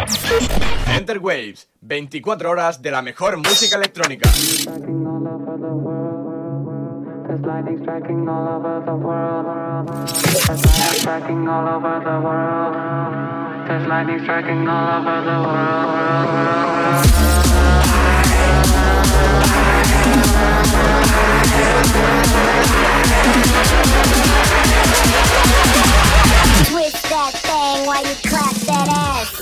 Enterwaves, 24 horas de la mejor música electrónica. There's lightning striking all over the world. There's lightning striking all over the world. There's lightning striking all over the world. Twist that thing while you clap that ass.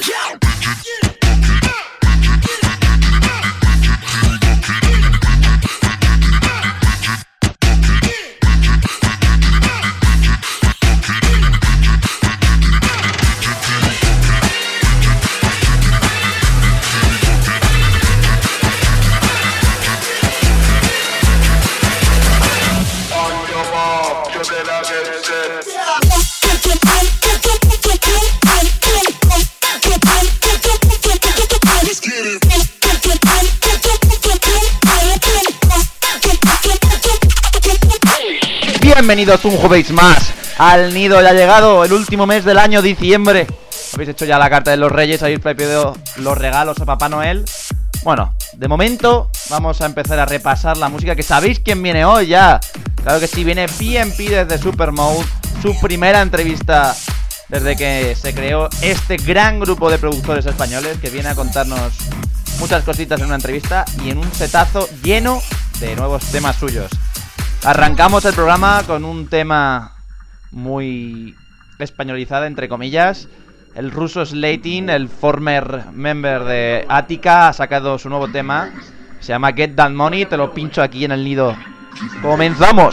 Bienvenidos un jueves más al nido. Ya ha llegado el último mes del año, diciembre. Habéis hecho ya la carta de los Reyes, habéis pedido los regalos a Papá Noel. Bueno, de momento vamos a empezar a repasar la música. Que sabéis quién viene hoy ya. Claro que sí, viene PNP desde Supermode. Su primera entrevista desde que se creó este gran grupo de productores españoles, que viene a contarnos muchas cositas en una entrevista y en un setazo lleno de nuevos temas suyos. Arrancamos el programa con un tema muy españolizado, entre comillas. El ruso Slatin, el former member de Attica, ha sacado su nuevo tema. Se llama Get That Money. Te lo pincho aquí en el nido. ¡Comenzamos!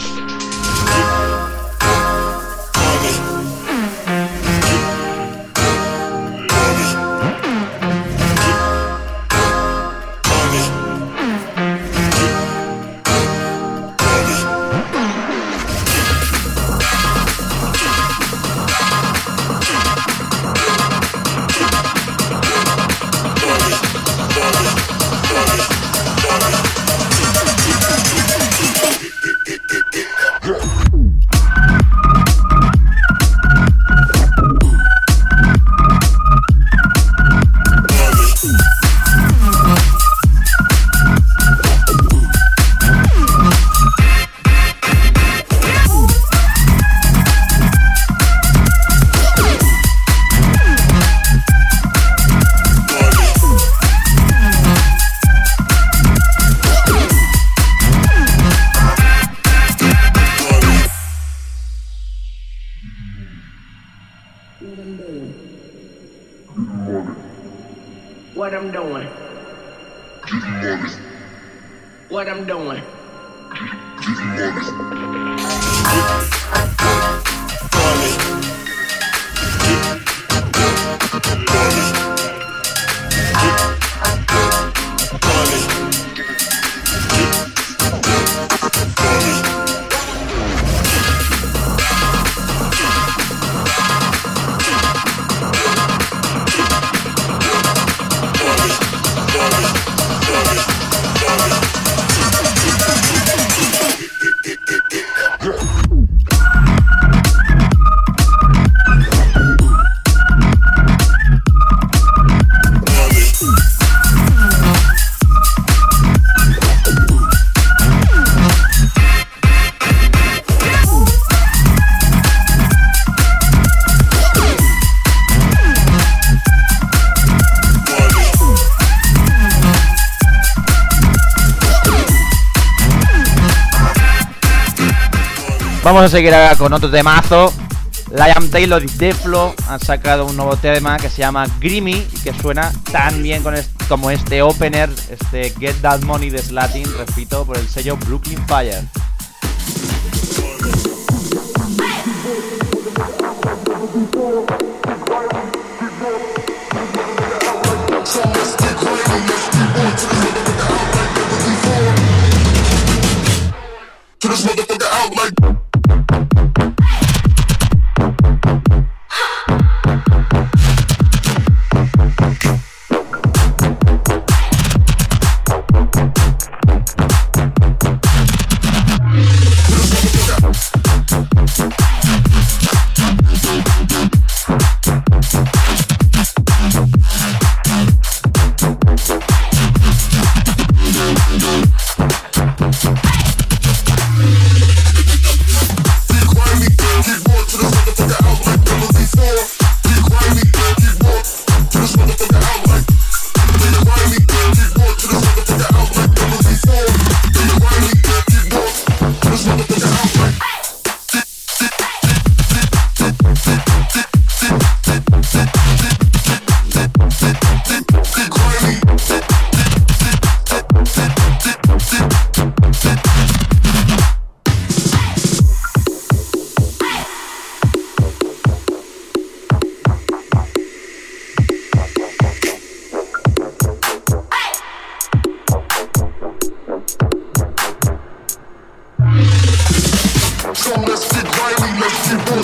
Vamos a seguir ahora con otro temazo. Liam Taylor y Deflo han sacado un nuevo tema que se llama Grimy y que suena tan bien como este opener, este Get That Money de Slatin, repito, por el sello Brooklyn Fire.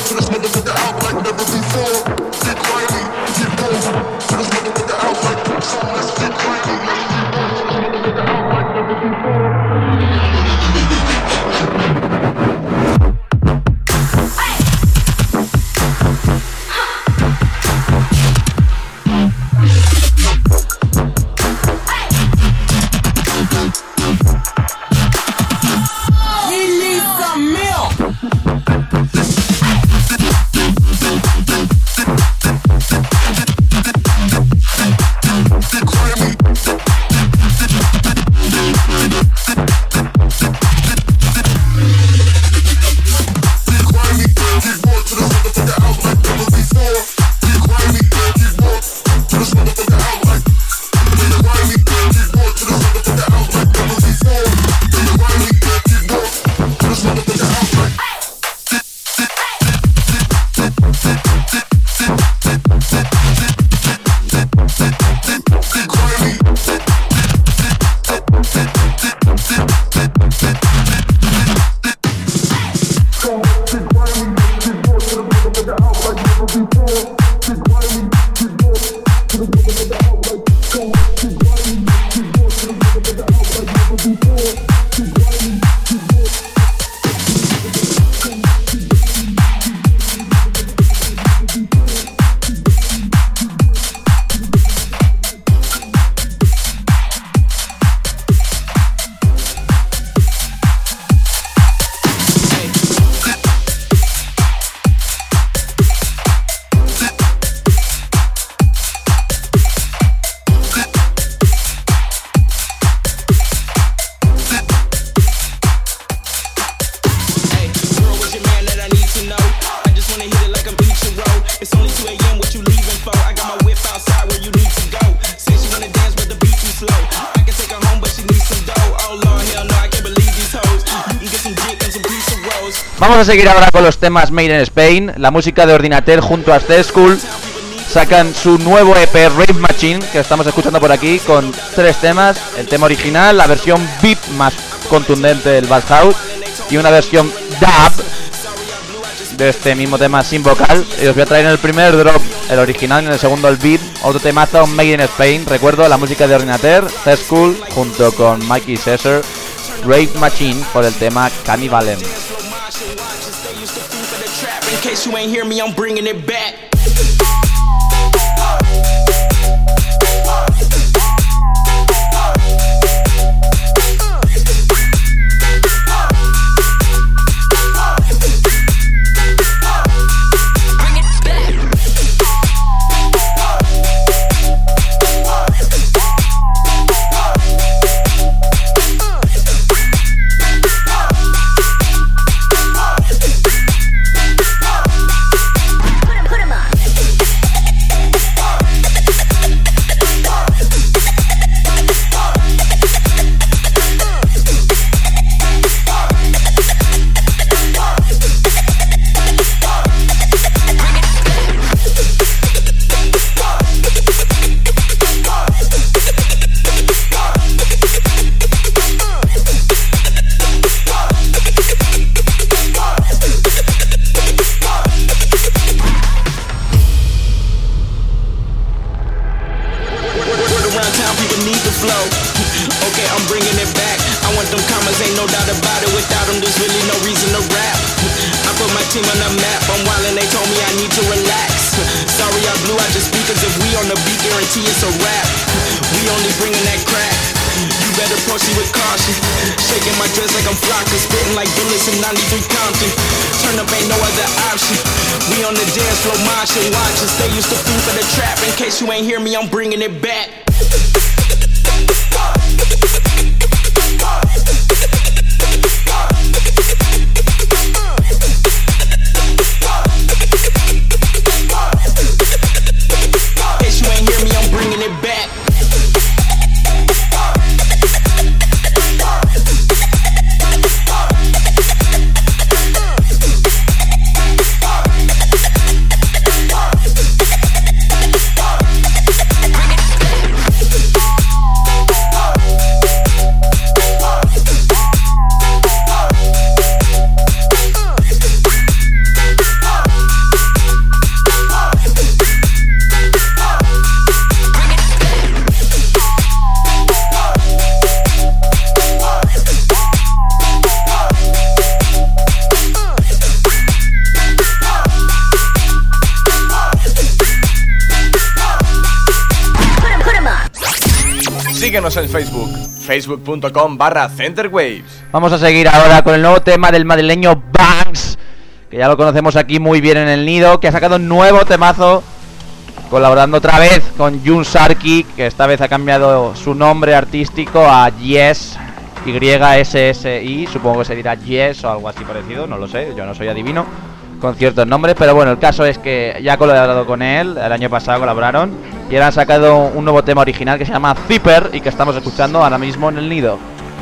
Vamos a seguir ahora con los temas Made in Spain. La música de Ordinateur junto a Stay School sacan su nuevo EP Rave Machine, que estamos escuchando por aquí, con 3 temas. El tema original, la versión beat más contundente del Bass House y una versión dub de este mismo tema sin vocal. Y os voy a traer en el primer drop el original y en el segundo el beat. Otro temazo Made in Spain. Recuerdo la música de Ordinateur, Stay School junto con Mikey Cesar, Rave Machine por el tema Cannibalen. In case you ain't hear me, I'm bringing it back. You ain't hear me, I'm bringing it back. Síguenos en Facebook, facebook.com/centerwaves. Vamos a seguir ahora con el nuevo tema del madrileño Banks, que ya lo conocemos aquí muy bien en el nido, que ha sacado un nuevo temazo, colaborando otra vez con Jun Sharky, que esta vez ha cambiado su nombre artístico a Yes, YSSI, supongo que se dirá Yes o algo así parecido, no lo sé, yo no soy adivino con ciertos nombres, pero bueno, el caso es que ya he colaborado con él, el año pasado colaboraron, y ahora han sacado un nuevo tema original que se llama Zipper y que estamos escuchando ahora mismo en el nido.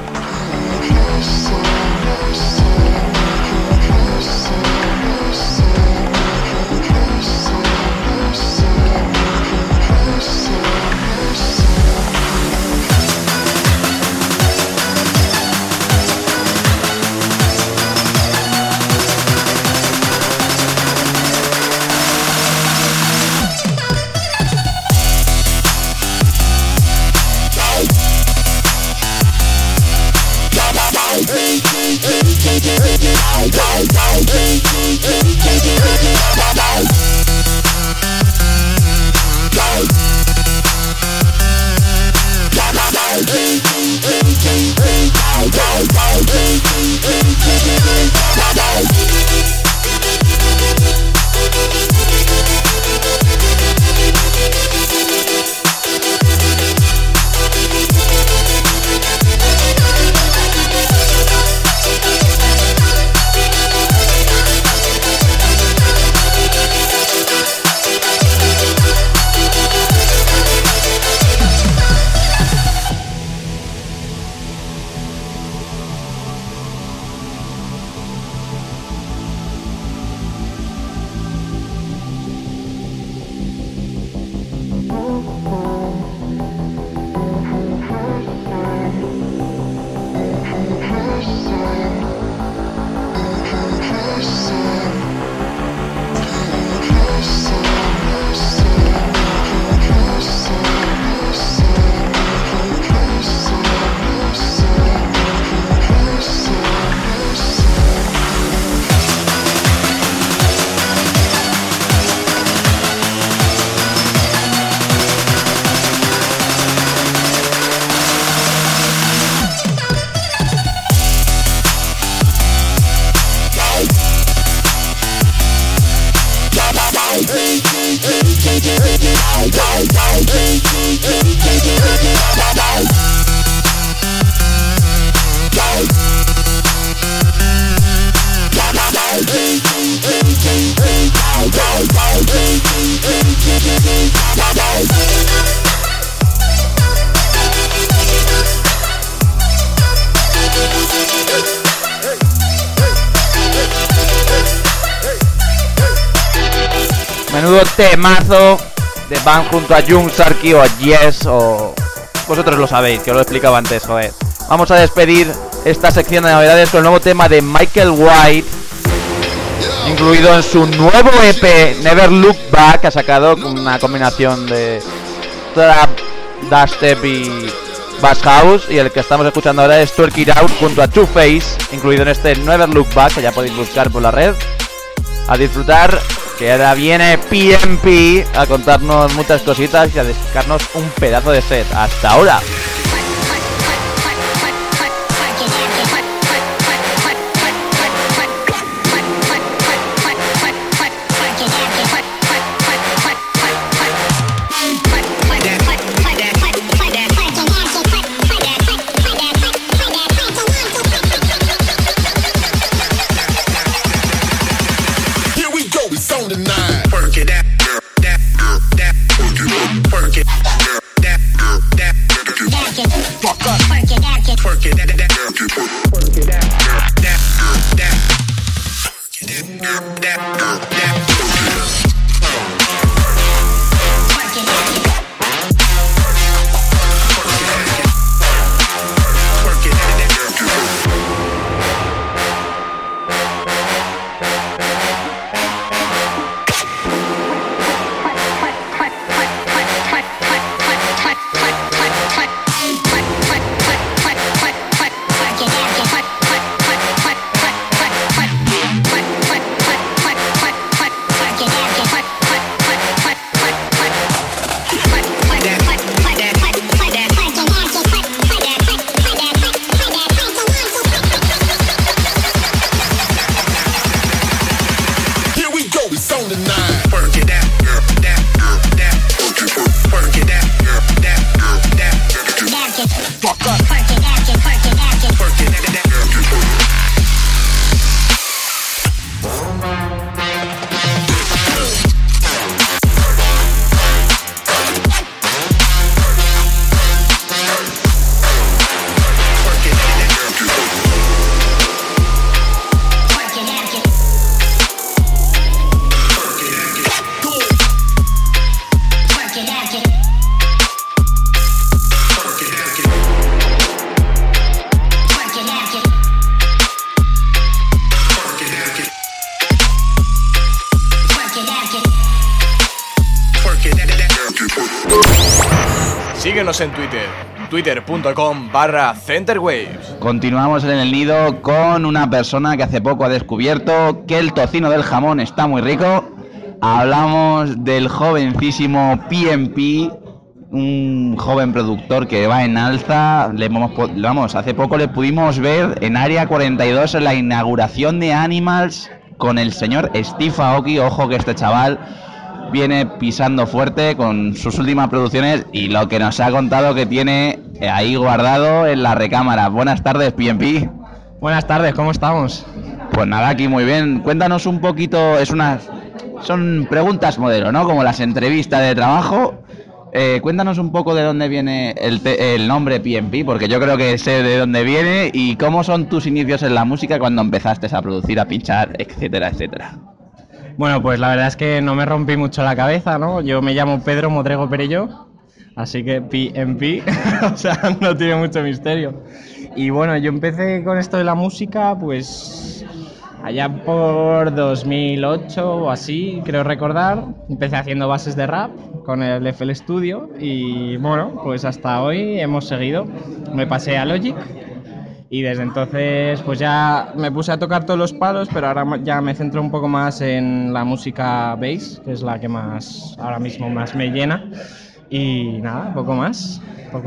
Menudo temazo de Band junto a Jun Sharky o a Yes, o vosotros lo sabéis, que os lo explicaba antes, joder. Vamos a despedir esta sección de novedades con el nuevo tema de Michael White, incluido en su nuevo EP Never Look Back, que ha sacado con una combinación de trap, dubstep y bass house, y el que estamos escuchando ahora es Twerk It Out junto a Two Face, incluido en este Never Look Back, que ya podéis buscar por la red. A disfrutar, que ahora viene PMP a contarnos muchas cositas y a dedicarnos un pedazo de set. ¡Hasta ahora! Síguenos en Twitter, twitter.com/centerwaves. Continuamos en el nido con una persona que hace poco ha descubierto que el tocino del jamón está muy rico. Hablamos del jovencísimo PNP, un joven productor que va en alza. Hace poco le pudimos ver en Área 42 en la inauguración de Animals con el señor Steve Aoki. Ojo que este chaval viene pisando fuerte con sus últimas producciones y lo que nos ha contado que tiene ahí guardado en la recámara. Buenas tardes, PNP. Buenas tardes, ¿cómo estamos? Pues nada, aquí muy bien. Cuéntanos un poquito, son preguntas modelo, ¿no? Como las entrevistas de trabajo. Cuéntanos un poco de dónde viene el nombre PNP, porque yo creo que sé de dónde viene y cómo son tus inicios en la música cuando empezaste a producir, a pinchar, etcétera, etcétera. Bueno, pues la verdad es que no me rompí mucho la cabeza, ¿no? Yo me llamo Pedro Modrego Perello, así que PNP, o sea, no tiene mucho misterio. Y bueno, yo empecé con esto de la música, pues allá por 2008 o así, creo recordar. Empecé haciendo bases de rap con el FL Studio y bueno, pues hasta hoy hemos seguido. Me pasé a Logic. Y desde entonces pues ya me puse a tocar todos los palos, pero ahora ya me centro un poco más en la música bass, que es la que más ahora mismo más me llena. Y nada, poco más.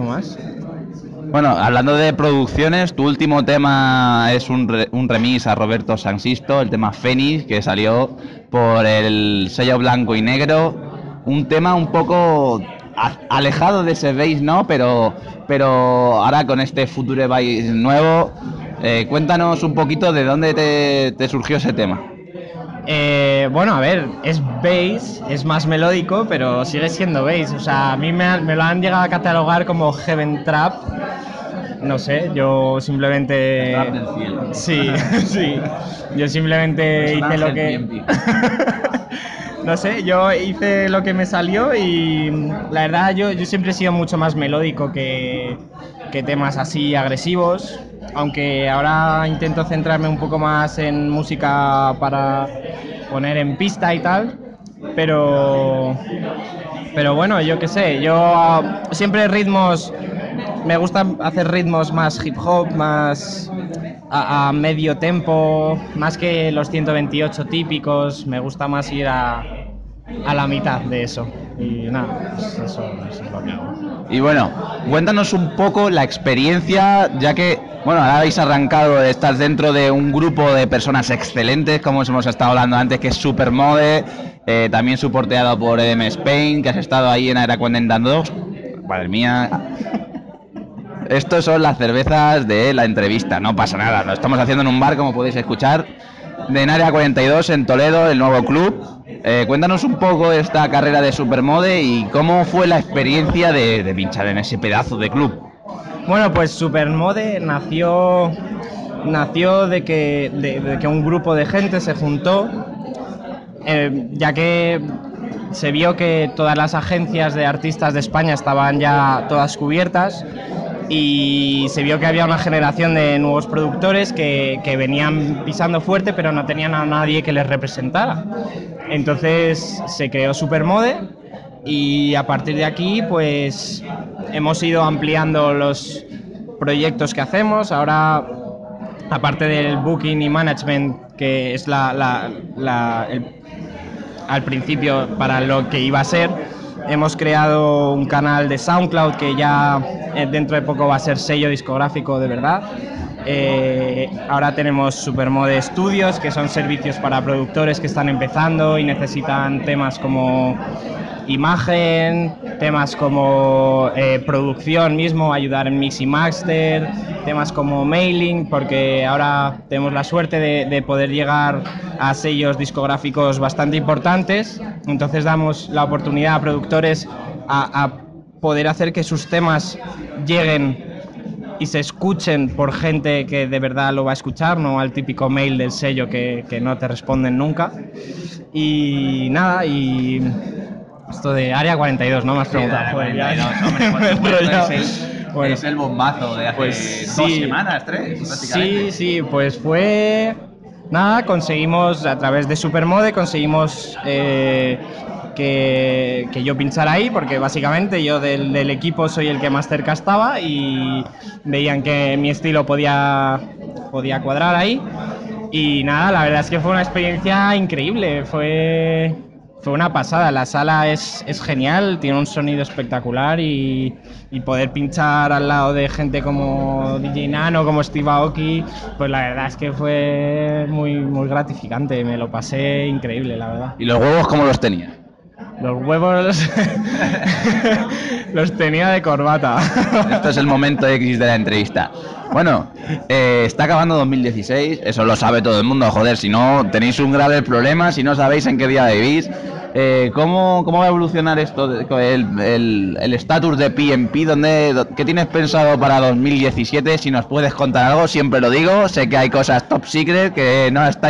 Bueno, hablando de producciones, tu último tema es un remix a Roberto Sansisto, el tema Fénix, que salió por el sello Blanco y Negro. Un tema un poco alejado de ese bass, ¿no? Pero ahora con este Future Bass nuevo, cuéntanos un poquito de dónde te surgió ese tema. Bueno, a ver, es bass, es más melódico, pero sigue siendo bass. O sea, a mí me lo han llegado a catalogar como Heaven Trap. No sé, yo simplemente... Trap del cielo. Sí, sí. Yo simplemente hice lo que... No sé, yo hice lo que me salió y la verdad yo siempre he sido mucho más melódico que temas así agresivos, aunque ahora intento centrarme un poco más en música para poner en pista y tal, pero bueno, yo qué sé, yo siempre ritmos, me gusta hacer ritmos más hip hop, más a medio tempo, más que los 128 típicos, me gusta más ir a la mitad de eso. Y nada, pues eso es lo que hago. Y bueno, cuéntanos un poco la experiencia, ya que, bueno, ahora habéis arrancado, estás dentro de un grupo de personas excelentes, como hemos estado hablando antes, que es Supermode, también soporteado por EDM Spain, que has estado ahí en Era 42. Madre mía. Estos son las cervezas de la entrevista, no pasa nada, lo estamos haciendo en un bar, como podéis escuchar, de Área 42 en Toledo, el nuevo club. Cuéntanos un poco esta carrera de Supermode y cómo fue la experiencia de pinchar en ese pedazo de club. Bueno, pues Supermode nació de que un grupo de gente se juntó, ya que se vio que todas las agencias de artistas de España estaban ya todas cubiertas y se vio que había una generación de nuevos productores que venían pisando fuerte pero no tenían a nadie que les representara. Entonces se creó Supermode y a partir de aquí pues hemos ido ampliando los proyectos que hacemos. Ahora, aparte del booking y management, que es al principio para lo que iba a ser, hemos creado un canal de SoundCloud que ya dentro de poco va a ser sello discográfico de verdad. Ahora tenemos Supermode Studios, que son servicios para productores que están empezando y necesitan temas como imagen, temas como producción mismo, ayudar en mix y master, temas como mailing, porque ahora tenemos la suerte de poder llegar a sellos discográficos bastante importantes. Entonces damos la oportunidad a productores a poder hacer que sus temas lleguen y se escuchen por gente que de verdad lo va a escuchar, no al típico mail del sello que no te responden nunca. Y nada, y esto de Área 42, ¿no? Me has preguntado. Sí, Área 42, hombre, por supuesto, es el bombazo de hace pues, 2 sí, semanas, 3, prácticamente. Sí, pues fue... Nada, conseguimos, a través de Supermode, conseguimos que yo pinchara ahí, porque básicamente yo del equipo soy el que más cerca estaba y veían que mi estilo podía cuadrar ahí. Y nada, la verdad es que fue una experiencia increíble, fue una pasada. La sala es genial, tiene un sonido espectacular y poder pinchar al lado de gente como DJ Nano, como Steve Aoki, pues la verdad es que fue muy, muy gratificante, me lo pasé increíble, la verdad. ¿Y los huevos cómo los tenía? Los huevos los tenía de corbata. Esto es el momento X de la entrevista. Bueno, está acabando 2016, eso lo sabe todo el mundo, joder, si no tenéis un grave problema, si no sabéis en qué día vivís. ¿Cómo va a evolucionar esto, el estatus de PNP? ¿Qué tienes pensado para 2017? Si nos puedes contar algo, siempre lo digo, sé que hay cosas top secret que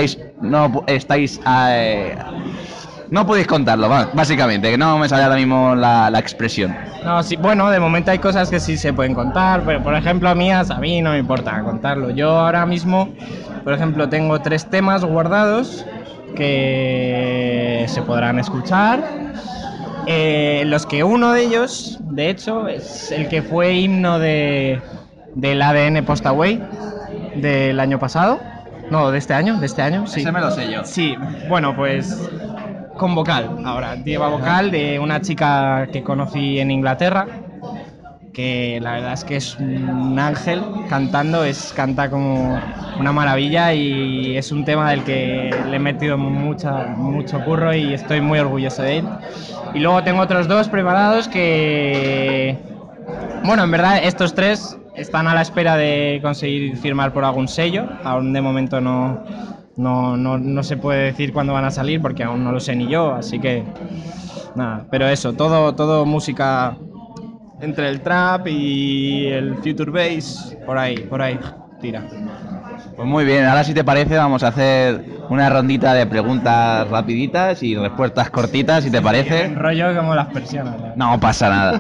no podéis contarlo, básicamente, que no me sale ahora mismo la expresión. No, sí, bueno, de momento hay cosas que sí se pueden contar, pero por ejemplo mías, a mí no me importa contarlo. Yo ahora mismo, por ejemplo, tengo 3 temas guardados que se podrán escuchar. Los que uno de ellos, de hecho, es el que fue himno del ADN Postaway del año pasado. No, de este año, sí. Ese me lo sé yo. Sí, bueno, pues con vocal. Ahora, lleva vocal de una chica que conocí en Inglaterra, que la verdad es que es un ángel cantando, canta como una maravilla y es un tema del que le he metido mucho curro y estoy muy orgulloso de él. Y luego tengo otros 2 preparados que, bueno, en verdad estos 3 están a la espera de conseguir firmar por algún sello. Aún de momento no se puede decir cuándo van a salir porque aún no lo sé ni yo, así que nada, pero eso, todo música entre el trap y el future bass, por ahí tira. Pues muy bien, ahora si te parece vamos a hacer una rondita de preguntas rapiditas y respuestas cortitas, si te parece. Un rollo como las persianas. No pasa nada.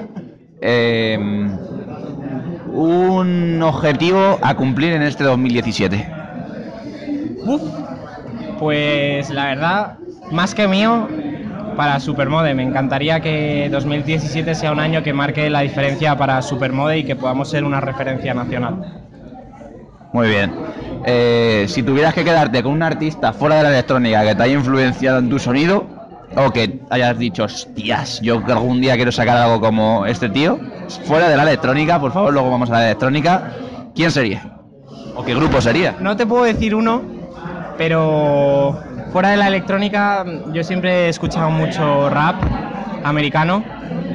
Un objetivo a cumplir en este 2017. Pues la verdad, más que mío, para Supermode. Me encantaría que 2017 sea un año que marque la diferencia para Supermode y que podamos ser una referencia nacional. Muy bien. Si tuvieras que quedarte con un artista fuera de la electrónica que te haya influenciado en tu sonido, o que hayas dicho, hostias, yo algún día quiero sacar algo como este tío, fuera de la electrónica, por favor, luego vamos a la electrónica, ¿quién sería? ¿O qué grupo sería? No te puedo decir uno, pero fuera de la electrónica yo siempre he escuchado mucho rap americano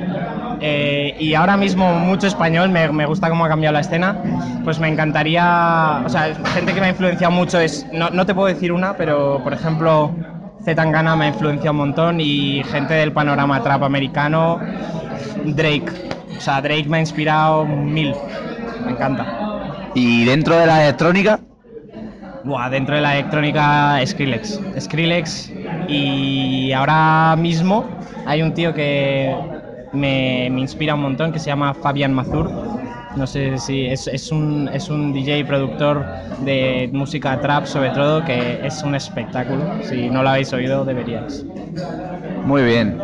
y ahora mismo mucho español, me gusta cómo ha cambiado la escena, pues me encantaría, o sea, gente que me ha influenciado mucho no te puedo decir una, pero por ejemplo Zetangana me ha influenciado un montón y gente del panorama trap americano, Drake, o sea, Drake me ha inspirado 1000, me encanta. ¿Y dentro de la electrónica? Dentro de la electrónica Skrillex y ahora mismo hay un tío que me inspira un montón que se llama Fabian Mazur. No sé si es un DJ productor de música trap sobre todo, que es un espectáculo. Si no lo habéis oído deberíais. Muy bien.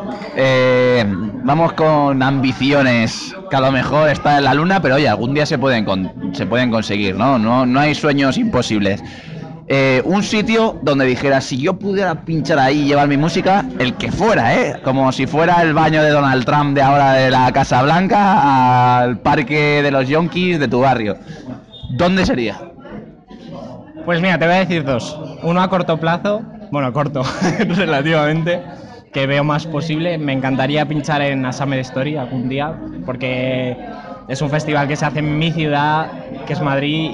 Vamos con ambiciones que a lo mejor está en la luna, pero oye, algún día se pueden conseguir, ¿no? No hay sueños imposibles. Un sitio donde dijeras, si yo pudiera pinchar ahí y llevar mi música, el que fuera, como si fuera el baño de Donald Trump de ahora de la Casa Blanca al parque de los Yonkis de tu barrio, ¿dónde sería? Pues mira, te voy a decir 2. Uno a corto plazo, bueno, corto relativamente, que veo más posible. Me encantaría pinchar en A Summer Story algún día, porque es un festival que se hace en mi ciudad, que es Madrid,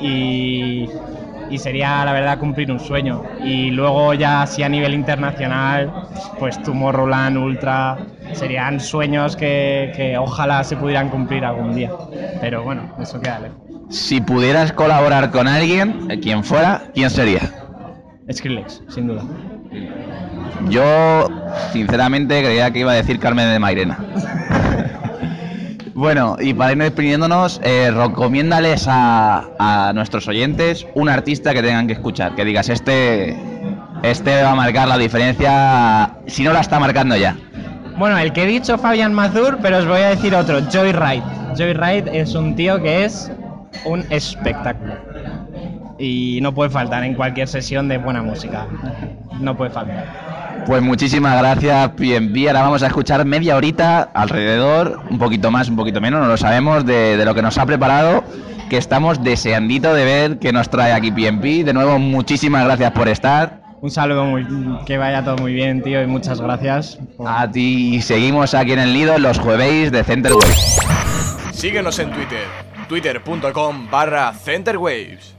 y sería la verdad cumplir un sueño. Y luego ya así a nivel internacional, pues Tomorrowland, Ultra, serían sueños que ojalá se pudieran cumplir algún día, pero bueno, eso queda lejos. Si pudieras colaborar con alguien, quien fuera, ¿quién sería? Skrillex, sin duda. Yo sinceramente creía que iba a decir Carmen de Mairena. Bueno, y para irnos despidiéndonos, recomiéndales a nuestros oyentes un artista que tengan que escuchar, que digas, este va a marcar la diferencia, si no la está marcando ya. Bueno, el que he dicho Fabián Mazur, pero os voy a decir otro, Joy Ride. Joy Ride es un tío que es un espectáculo. Y no puede faltar en cualquier sesión de buena música. No puede faltar. Pues muchísimas gracias, PNP. Ahora vamos a escuchar media horita alrededor, un poquito más, un poquito menos, no lo sabemos, de lo que nos ha preparado, que estamos deseandito de ver qué nos trae aquí PNP. De nuevo, muchísimas gracias por estar. Un saludo, que vaya todo muy bien, tío, y muchas gracias. A ti, y seguimos aquí en el nido los jueves de Centerwaves. Síguenos en Twitter, twitter.com/Centerwaves.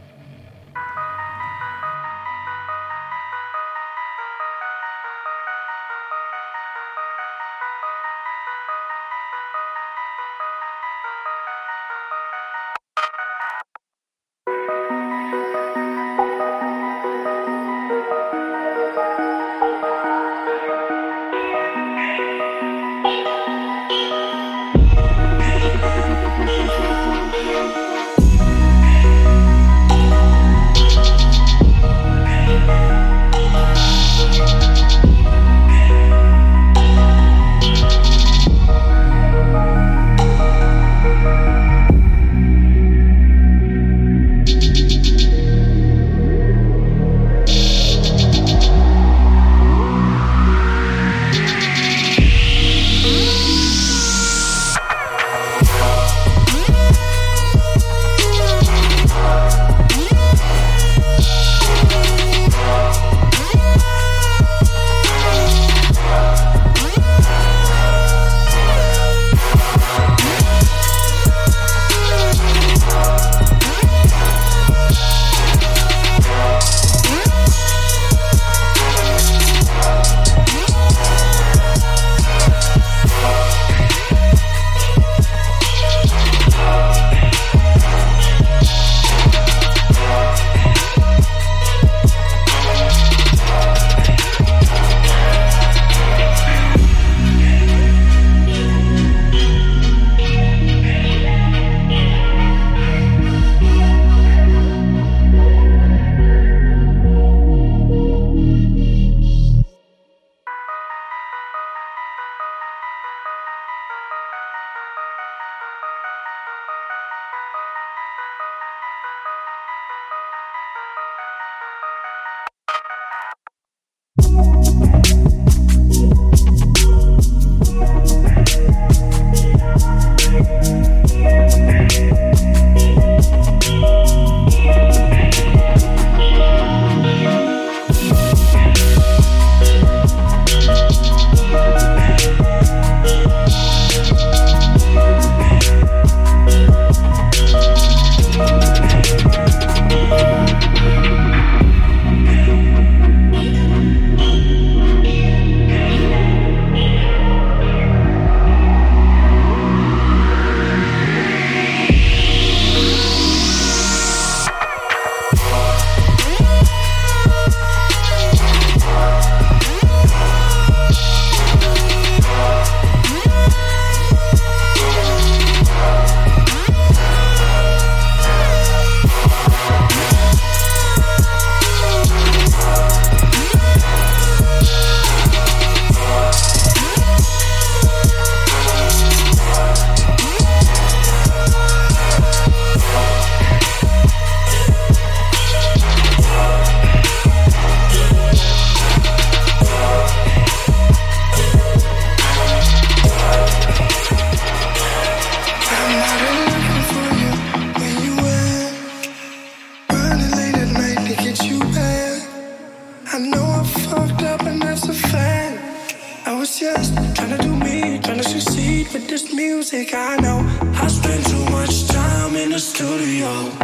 music, I know. I spend too much time in the studio.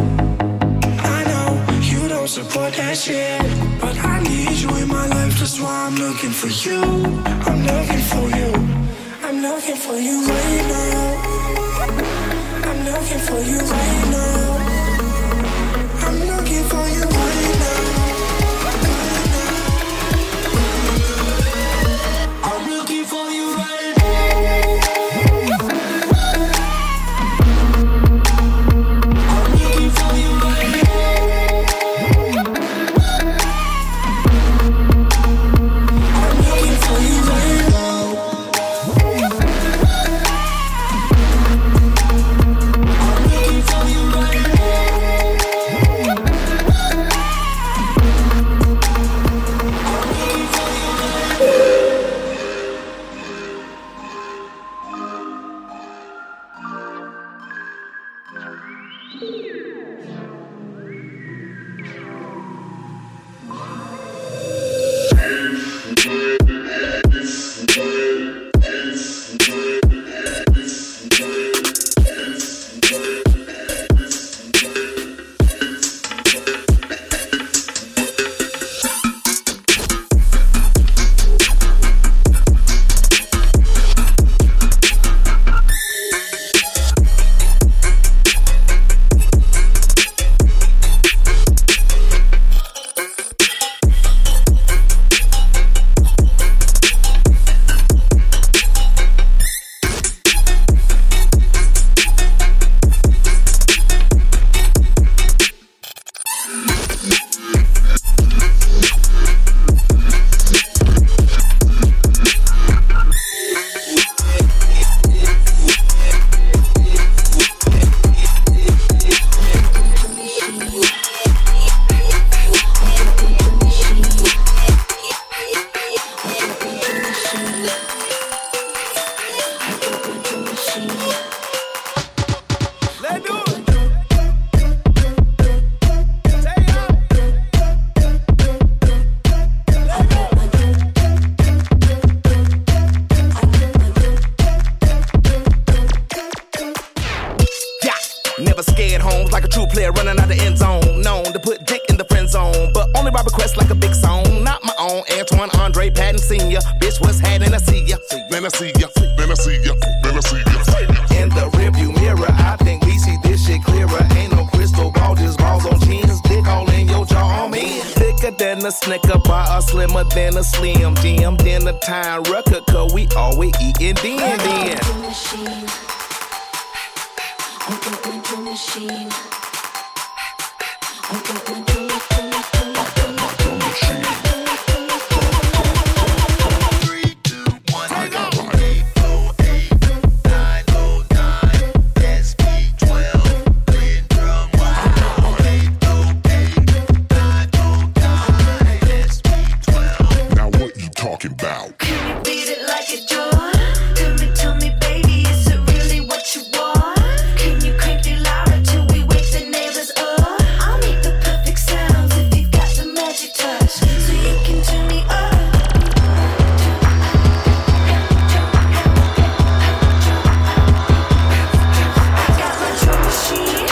I know you don't support that shit, but I need you in my life, that's why I'm looking for you. I'm looking for you. I'm looking for you right now. I'm looking for you right now. I'm looking for you right now. I'm looking for you right now. Never scared homes like a true player running out the end zone. Known to put dick in the friend zone, but only by request like a big song. Not my own, Antoine Andre Patton Sr. Bitch, what's happening? I see ya. Then I see ya. Then I see ya. Then I see ya. In the rearview mirror, I think we see this shit clearer. Ain't no crystal ball, just balls on jeans. Dick all in your jaw on me. Thicker than a Snicker bar, slimmer than a Slim Jim. Then a time record, cause we always eatin' then. Machine. Now what you talking about? Can you beat it like a door? Tell me, baby, is it really what you want? Can you crank it louder till we wake the neighbors up? I'll make the perfect sounds if you've got the magic touch, so you can turn me up. I got my drum machine.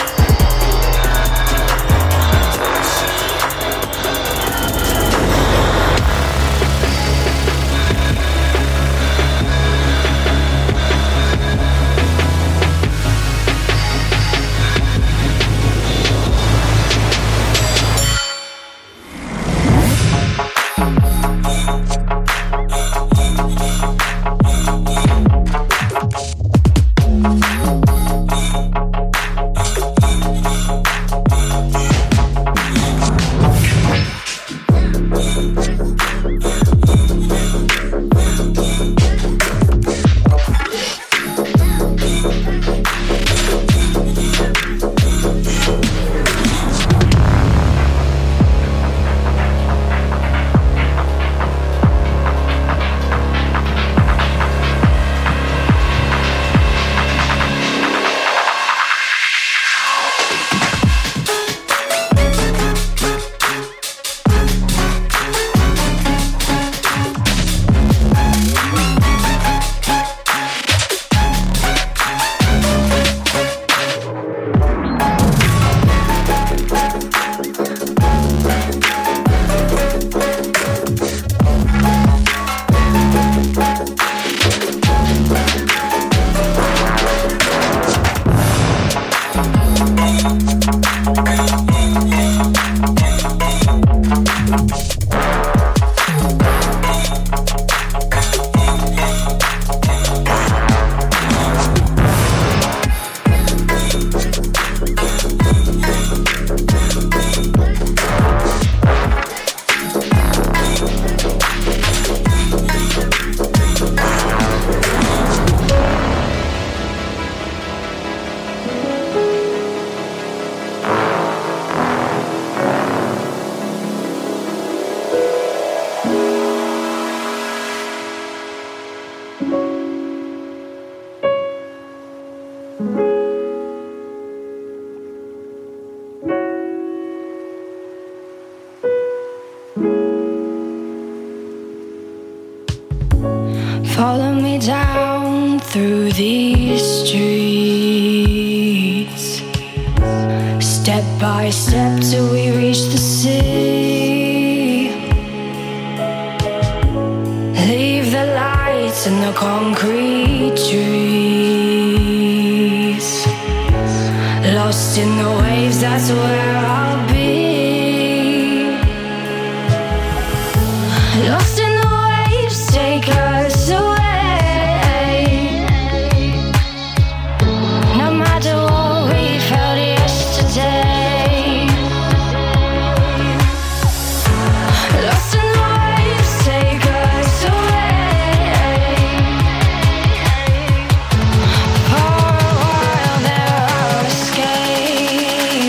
Follow me down through these streets, step by step till we reach the sea. Leave the lights and the concrete trees. Lost in the waves, that's where I'll be. Lost in the waves, take us away. No matter what we felt yesterday. Lost in the waves, take us away. For a while there I'll escape.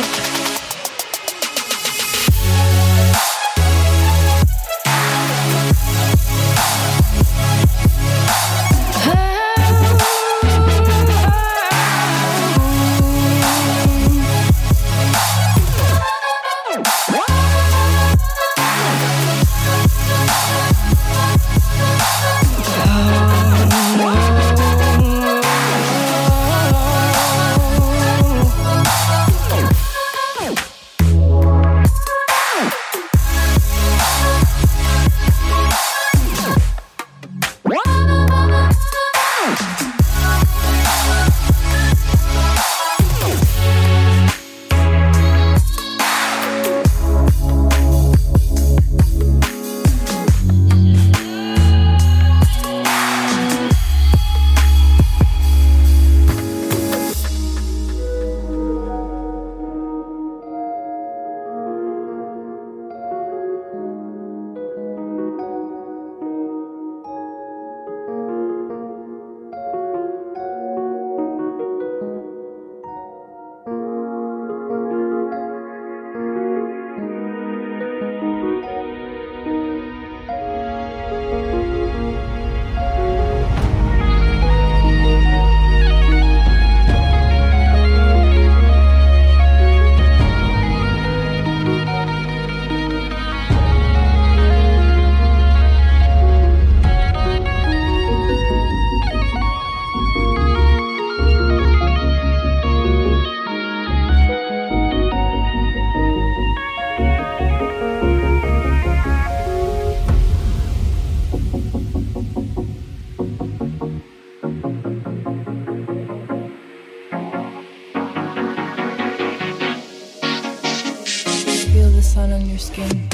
Feel the sun on your skin.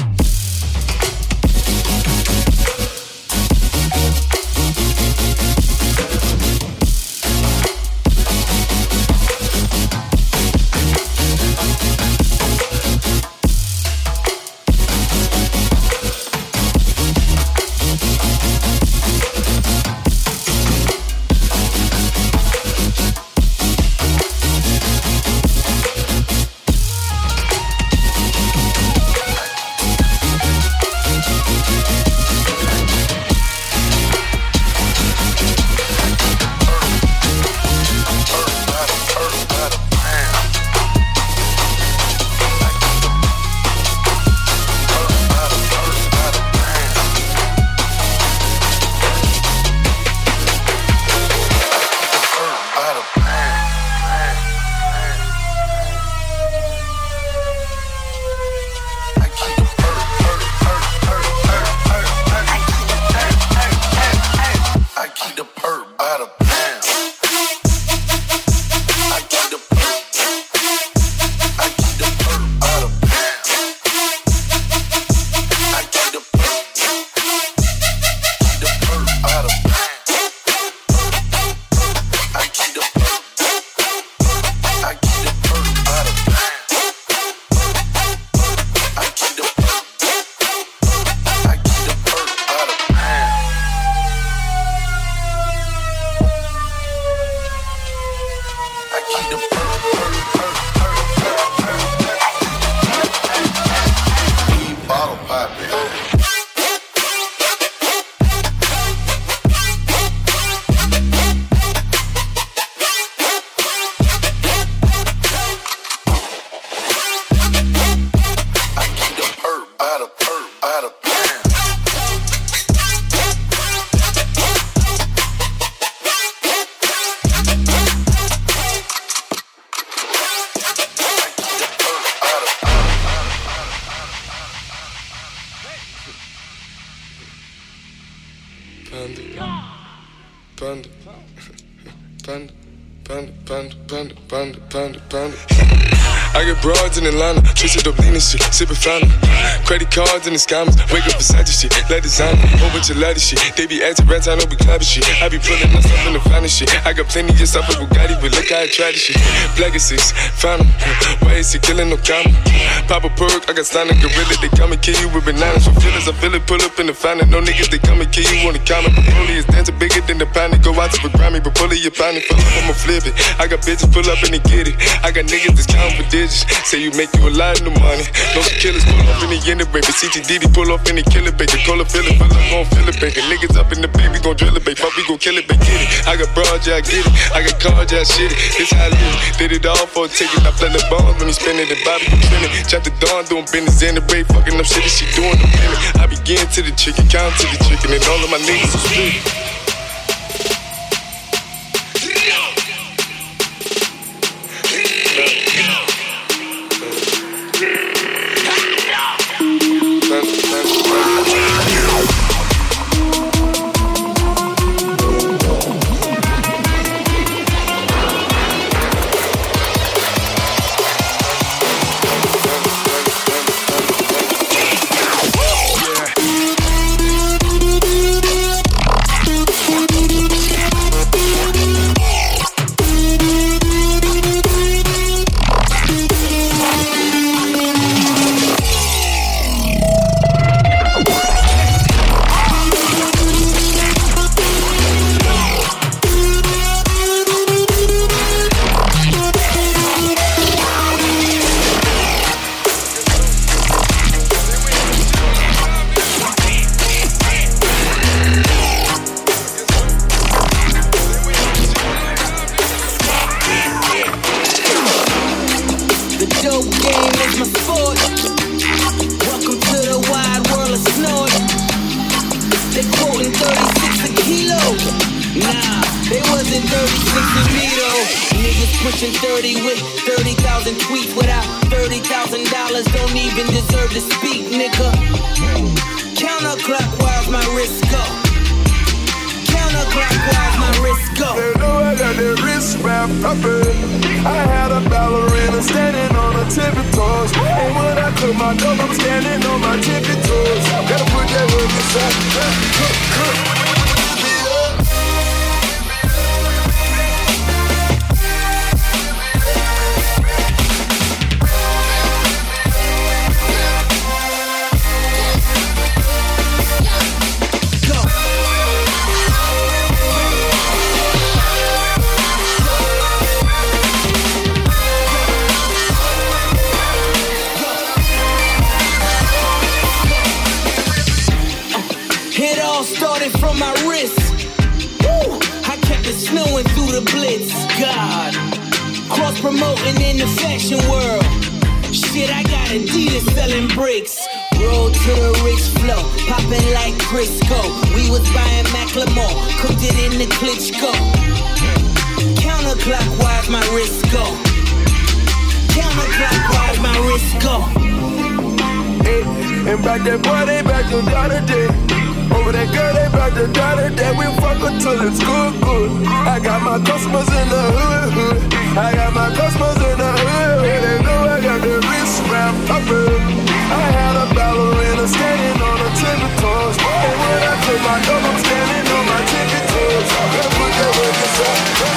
Panda. I get broads in Atlanta, twisted up lean and shit, sippin' fountain. Credit cards and the scammers, wake up beside your shit, let designer, whole bunch of ladder shit. They be acting rats, I know we clapping shit. I be pulling myself in the finest shit. I got plenty of stuff with Bugatti, but look how I tried this shit. Black is 6, found 'em. Why is he killing no comma? Pop a perk, I got stunning gorilla, they come and kill you with bananas. For feelings, I feel it, pull up in the fountain. No niggas, they come and kill you on the counter. But bully is dancing bigger than the pound. Go out to the Grammy, but bully your pound, full up, I'ma flip it. I got bitches pull up and they get it. I got niggas that's counting for digits. Say you make you a lot of money. No killers pull up in the end of baby. CTDD pull up in the killer baby. Cola fill it, gon' fill it baby. Niggas up in the baby, gon' drill it baby. Fuck, we gon' kill it baby. Get it. I got broad, yeah I get it. I got cards, yeah I shit it. This how I live. Did it all for a ticket. I play the bombs when he spinning the Bobby spinning. Chop the dawn doing business in the bay. Fucking up shit, she doing the minute. I begin to the chicken, count to the chicken, and all of my niggas are split. Pushing 30 with 30,000 tweets without $30,000 don't even deserve to speak, nigga. Counterclockwise, my wrist go. Counterclockwise, my wrist go. They know I got that wrist wrapped up in. I had a ballerina standing on her tippy toes. And when I cook my dough, I'm standing on my tippy toes. Gotta put that hook inside. From my wrist, woo, I kept it snowing through the blitz. God, cross promoting in the fashion world. Shit, I got Adidas selling bricks. Roll to the rich flow, popping like Crisco. We was buying Macklemore, cooked it in the Klitschko. Counterclockwise, my wrist go. Counterclockwise, my wrist go. Hey, and back that boy, they back to the other day. Over that girl, they back to dollar that we fuck her till it's good. I got my customers in the hood. I got my customers in the hood. They know I got the wrist wrapped up in. I had a ballerina standing on her tippy toes. And when I took my dog, I'm standing on my tippy toes. Gotta put that work inside.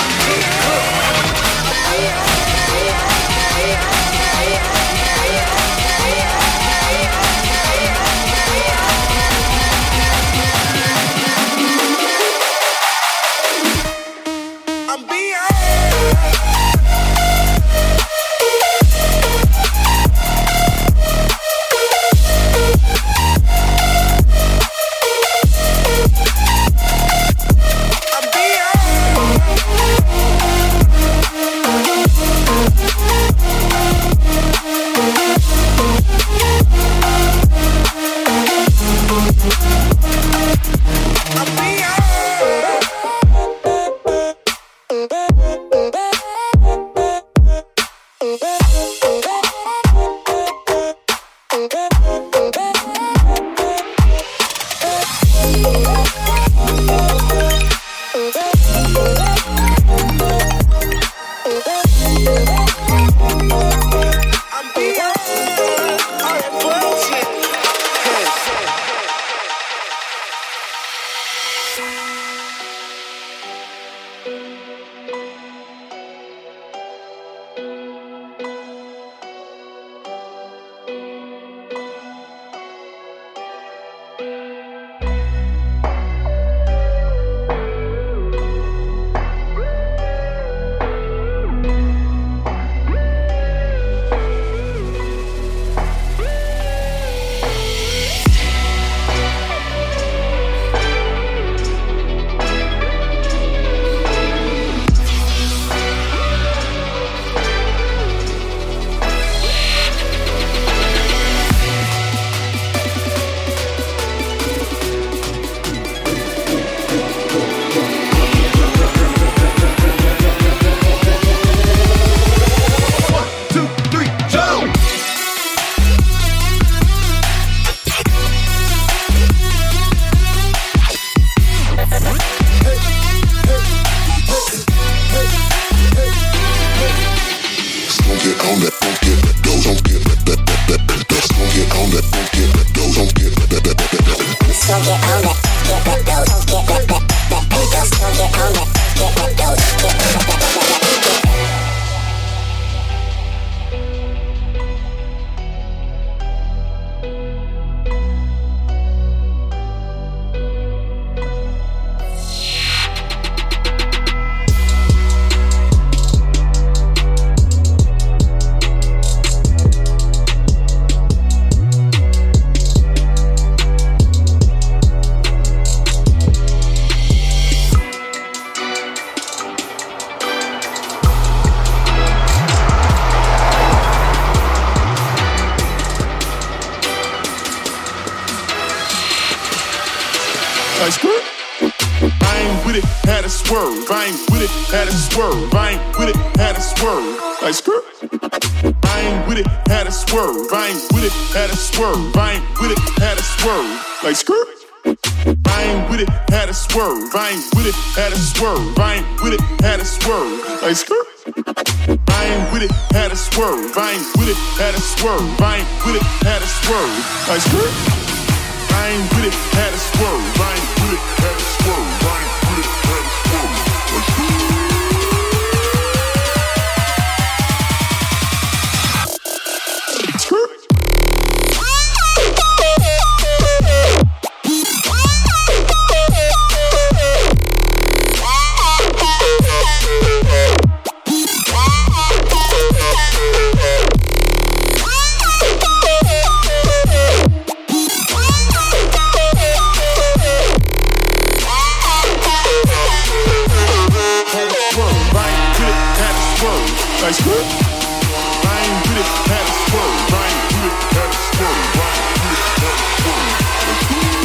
like skirt. I ain't with it, had a swerve. I ain't with it, had a swerve. I ain't with it, had a swerve. Like skirt. I ain't with it, had a swerve. I ain't with it, had a swerve. I ain't with it, had a swerve. Like skirt. I ain't with it, had a swerve. I ain't with it, had a swerve. I ain't with it, had a swerve. Like skirt. I ain't with it, had a swerve. I ain't with it, had a swerve. I ain't with it, had a swerve. Like skirt. I ain't with it, had a swerve. I ain't with it, had a swerve. I ain't with it, had a swerve. Like skirt. Like skirt. I ain't with it, had a swerve. I ain't with it, had a swerve. I ain't with it, had a swerve.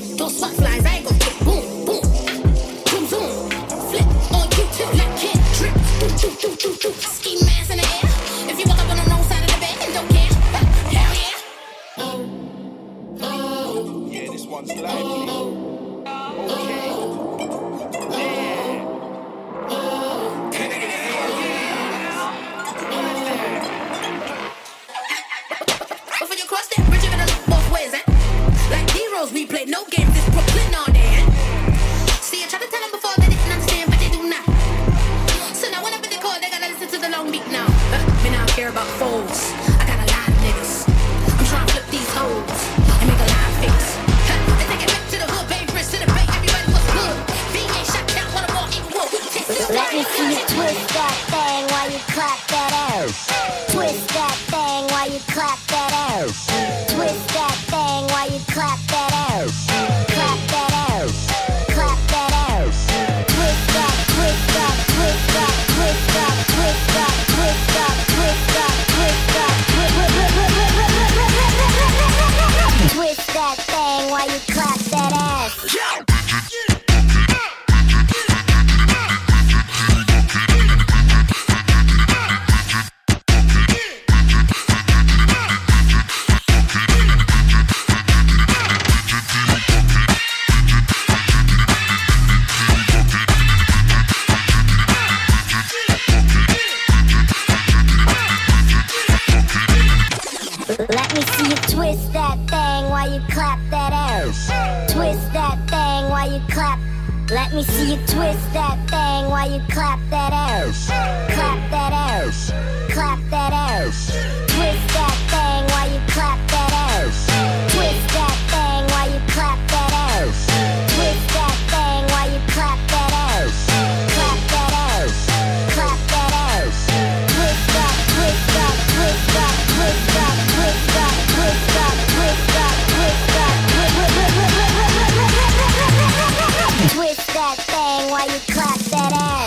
Those swat flies, I ain't gon' get boom, boom, zoom, zoom. Flip on you too, like kid trip. Ski mask in the air. If you walk up on the wrong side of the bed and don't care, hell yeah. Yeah, this one's lively. Before you cross that bridge, you're gonna look both ways, eh? Like D-Rose, we play no games, this Brooklyn all day, eh? See, I tried to tell them before they didn't understand, but they do now. So now whenever they call, they gotta listen to the long beat now. Me now care about foes. I got a lot of niggas. I'm trying to flip these hoes and make a lot of face. They take it back to the hood, baby, Prince to the bay. Everybody was good. VA shot down, one of more equal. Let me see you twist that thing while you clap that ass. Twist that thing while you clap that ass. Twist that thing while you clap that ass. Clap that ass. Clap that ass. Twist that, twist that, twist that, twist that, twist that, twist that, twist that, twist that, twist that thing while you clap that ass. Let me see you twist that thing while you clap that ass. Twist that thing while you clap. Let me see you twist that thing while you clap that ass. Clap that ass. Clap that ass. Twist that thing while you clap that ass. Twist that thing while you clap that ass. Twist that thing while you clap that ass. Clap that ass. Clap that ass. Twist that, twist that, twist that, twist that, twist that, twist that, twist that, twist that, twist that thing while you clap that ass.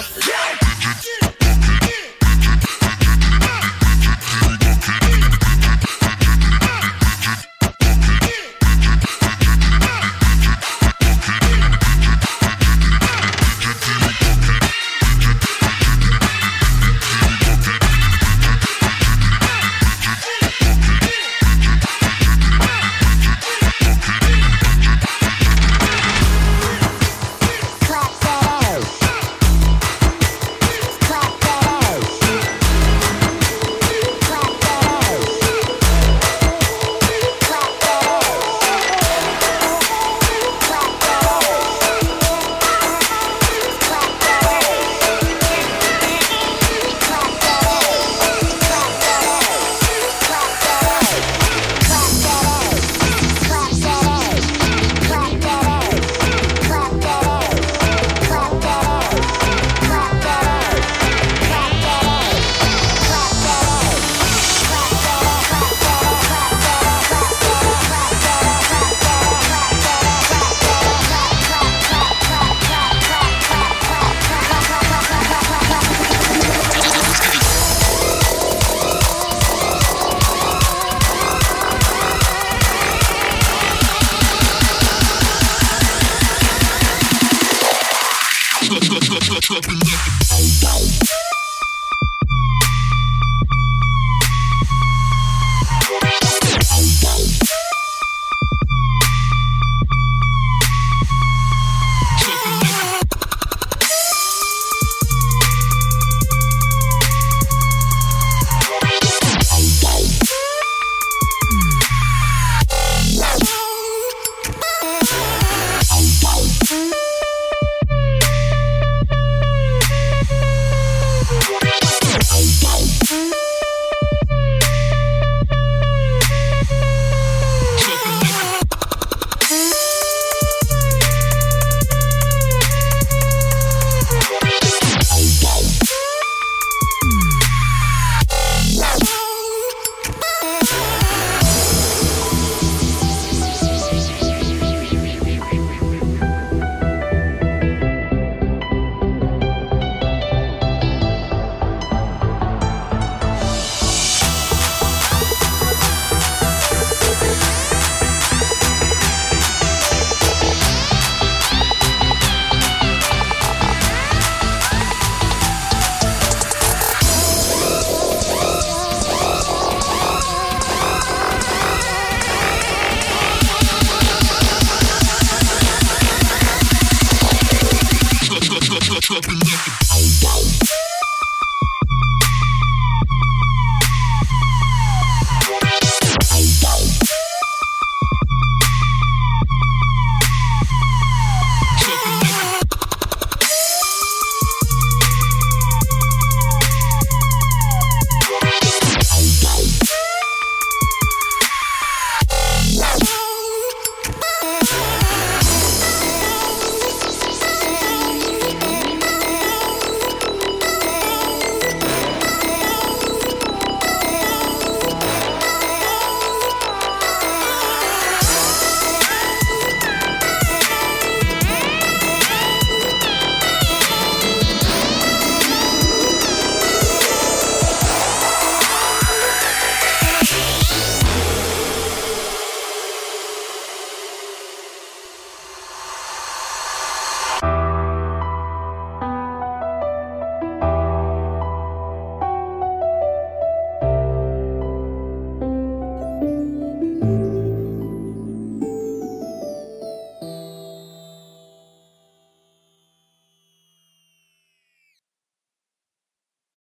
Up and up.